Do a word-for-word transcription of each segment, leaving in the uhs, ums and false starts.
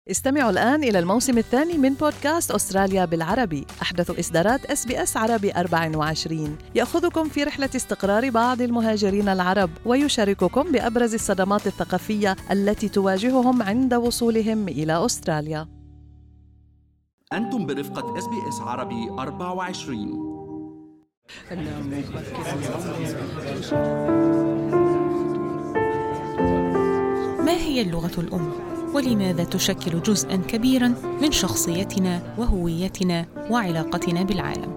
استمعوا الآن إلى الموسم الثاني من بودكاست أستراليا بالعربي، أحدث إصدارات إس بي إس عربي أربعة وعشرين، يأخذكم في رحلة استقرار بعض المهاجرين العرب ويشارككم بأبرز الصدمات الثقافية التي تواجههم عند وصولهم إلى أستراليا. أنتم برفقة إس بي إس عربي أربعة وعشرين. ما هي اللغة الأم؟ ولماذا تشكل جزءاً كبيراً من شخصيتنا وهويتنا وعلاقتنا بالعالم؟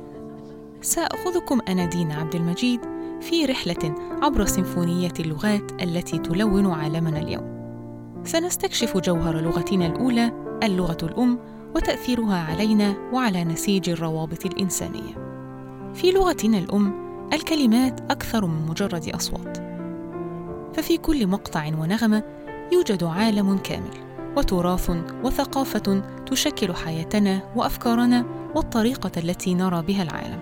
سأخذكم أنا دينا عبد المجيد في رحلة عبر سيمفونية اللغات التي تلون عالمنا اليوم. سنستكشف جوهر لغتنا الأولى، اللغة الأم، وتأثيرها علينا وعلى نسيج الروابط الإنسانية. في لغتنا الأم، الكلمات أكثر من مجرد أصوات، ففي كل مقطع ونغمة يوجد عالم كامل وتراث وثقافة تشكل حياتنا وأفكارنا والطريقة التي نرى بها العالم.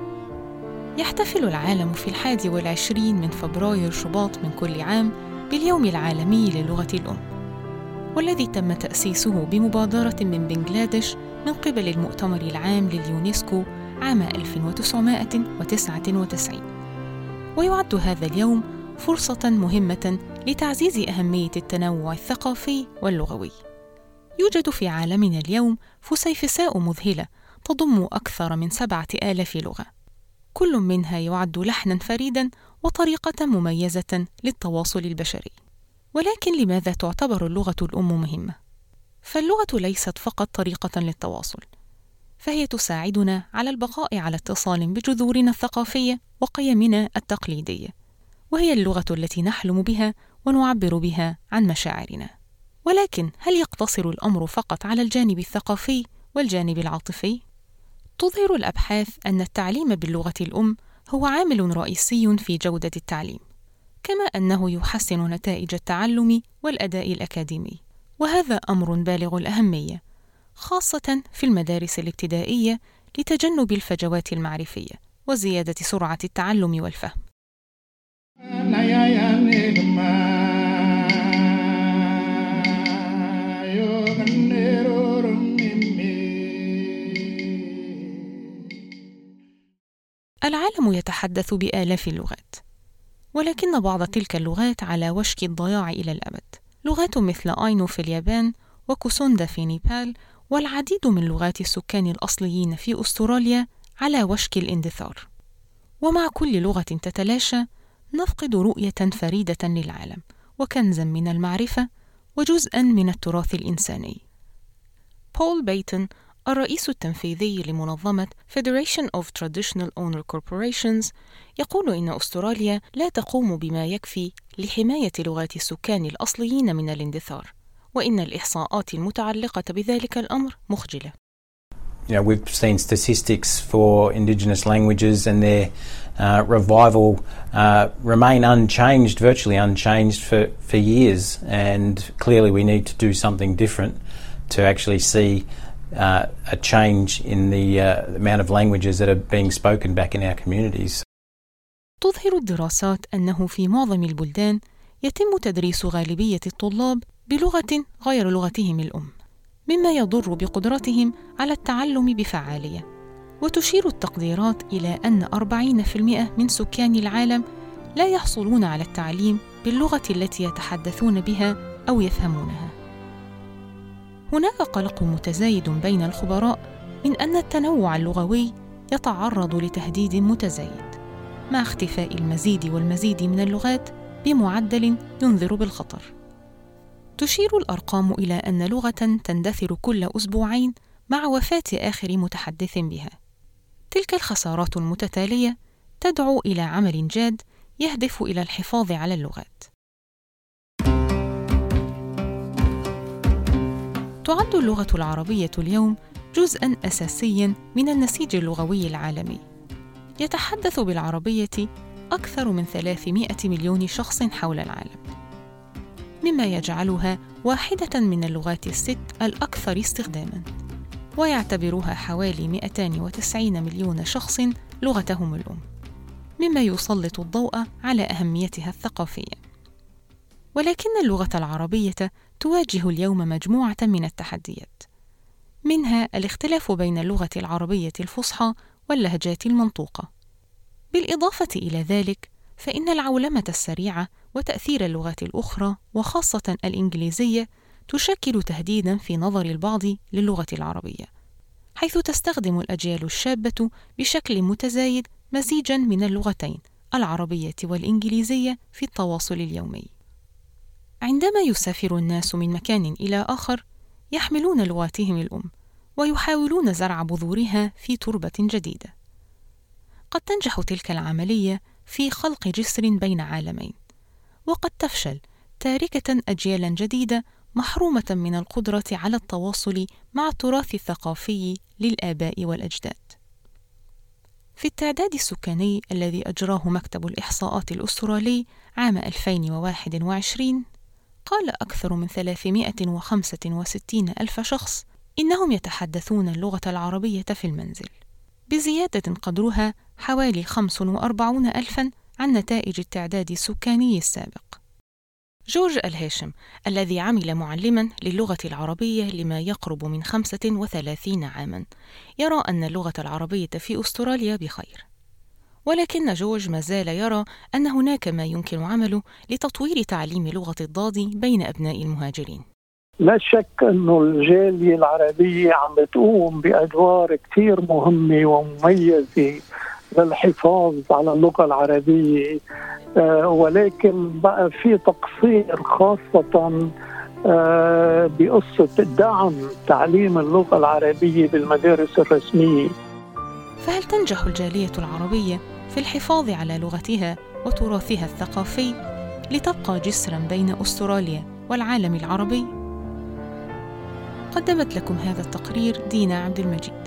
يحتفل العالم في الحادي والعشرين من فبراير شباط من كل عام باليوم العالمي للغة الأم، والذي تم تأسيسه بمبادرة من بنغلاديش من قبل المؤتمر العام لليونسكو عام ألف وتسعمائة وتسعة وتسعين. ويعد هذا اليوم فرصة مهمة لتعزيز أهمية التنوع الثقافي واللغوي. يوجد في عالمنا اليوم فسيفساء مذهلة تضم أكثر من سبعة آلاف لغة، كل منها يعد لحناً فريداً وطريقة مميزة للتواصل البشري. ولكن لماذا تعتبر اللغة الأم مهمة؟ فاللغة ليست فقط طريقة للتواصل، فهي تساعدنا على البقاء على اتصال بجذورنا الثقافية وقيمنا التقليدية، وهي اللغة التي نحلم بها ونعبر بها عن مشاعرنا. ولكن هل يقتصر الأمر فقط على الجانب الثقافي والجانب العاطفي؟ تظهر الأبحاث أن التعليم باللغة الأم هو عامل رئيسي في جودة التعليم، كما أنه يحسن نتائج التعلم والأداء الأكاديمي، وهذا أمر بالغ الأهمية خاصة في المدارس الابتدائية لتجنب الفجوات المعرفية وزيادة سرعة التعلم والفهم. العالم يتحدث بآلاف اللغات، ولكن بعض تلك اللغات على وشك الضياع إلى الأبد. لغات مثل آينو في اليابان وكوسوندا في نيبال والعديد من لغات السكان الأصليين في أستراليا على وشك الاندثار. ومع كل لغة تتلاشى نفقد رؤية فريدة للعالم وكنزاً من المعرفة وجزءاً من التراث الإنساني. بول بيتن الرئيس التنفيذي لمنظمة Federation of Traditional Owner Corporations يقول إن أستراليا لا تقوم بما يكفي لحماية لغات السكان الأصليين من الاندثار، وإن الإحصاءات المتعلقة بذلك الأمر مخجلة. You know, we've seen statistics for Indigenous languages and their uh, revival uh, remain unchanged, virtually unchanged for, for years, and clearly we need to do something different to actually see uh, a change in the uh, amount of languages that are being spoken back in our communities. تظهر الدراسات أنه في معظم البلدان يتم تدريس غالبية الطلاب بلغة غير لغتهم الأم، مما يضر بقدرتهم على التعلم بفعالية. وتشير التقديرات إلى أن أربعين بالمئة من سكان العالم لا يحصلون على التعليم باللغة التي يتحدثون بها أو يفهمونها. هناك قلق متزايد بين الخبراء من أن التنوع اللغوي يتعرض لتهديد متزايد مع اختفاء المزيد والمزيد من اللغات بمعدل ينذر بالخطر. تشير الأرقام إلى أن لغة تندثر كل أسبوعين مع وفاة آخر متحدث بها. تلك الخسارات المتتالية تدعو إلى عمل جاد يهدف إلى الحفاظ على اللغات. تعد اللغة العربية اليوم جزءاً أساسياً من النسيج اللغوي العالمي. يتحدث بالعربية أكثر من ثلاثمائة مليون شخص حول العالم، مما يجعلها واحدة من اللغات الست الأكثر استخداماً، ويعتبرها حوالي مئتين وتسعين مليون شخص لغتهم الأم، مما يسلط الضوء على أهميتها الثقافية. ولكن اللغة العربية تواجه اليوم مجموعة من التحديات، منها الاختلاف بين اللغة العربية الفصحى واللهجات المنطوقة. بالإضافة إلى ذلك، فإن العولمة السريعة وتأثير اللغات الأخرى وخاصة الإنجليزية تشكل تهديداً في نظر البعض للغة العربية، حيث تستخدم الأجيال الشابة بشكل متزايد مزيجاً من اللغتين العربية والإنجليزية في التواصل اليومي. عندما يسافر الناس من مكان إلى آخر يحملون لغاتهم الأم ويحاولون زرع بذورها في تربة جديدة. قد تنجح تلك العملية في خلق جسر بين عالمين، وقد تفشل تاركة أجيالا جديدة محرومة من القدرة على التواصل مع التراث الثقافي للآباء والأجداد. في التعداد السكاني الذي أجراه مكتب الإحصاءات الأسترالي عام ألفين وواحد وعشرين، قال أكثر من ثلاثمائة وخمسة وستين ألف شخص إنهم يتحدثون اللغة العربية في المنزل، بزيادة قدرها حوالي خمسة وأربعين ألفاً عن نتائج التعداد السكاني السابق. جورج الهاشم الذي عمل معلماً للغة العربية لما يقرب من خمسة وثلاثين عاماً يرى أن اللغة العربية في أستراليا بخير، ولكن جورج ما زال يرى أن هناك ما يمكن عمله لتطوير تعليم لغة الضاد بين أبناء المهاجرين. لا شك أنه الجالية العربية عم بتقوم بأدوار كتير مهمة ومميزة للحفاظ على اللغة العربية، آه ولكن بقى في تقصير خاصة آه بقصة دعم تعليم اللغة العربية بالمدارس الرسمية. فهل تنجح الجالية العربية في الحفاظ على لغتها وتراثها الثقافي لتبقى جسراً بين أستراليا والعالم العربي؟ قدمت لكم هذا التقرير دينا عبد المجيد.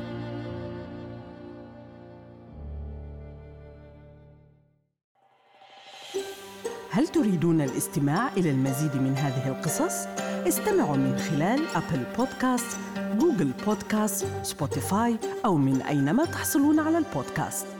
هل تريدون الاستماع إلى المزيد من هذه القصص؟ استمعوا من خلال أبل بودكاست، جوجل بودكاست، سبوتيفاي أو من أينما تحصلون على البودكاست.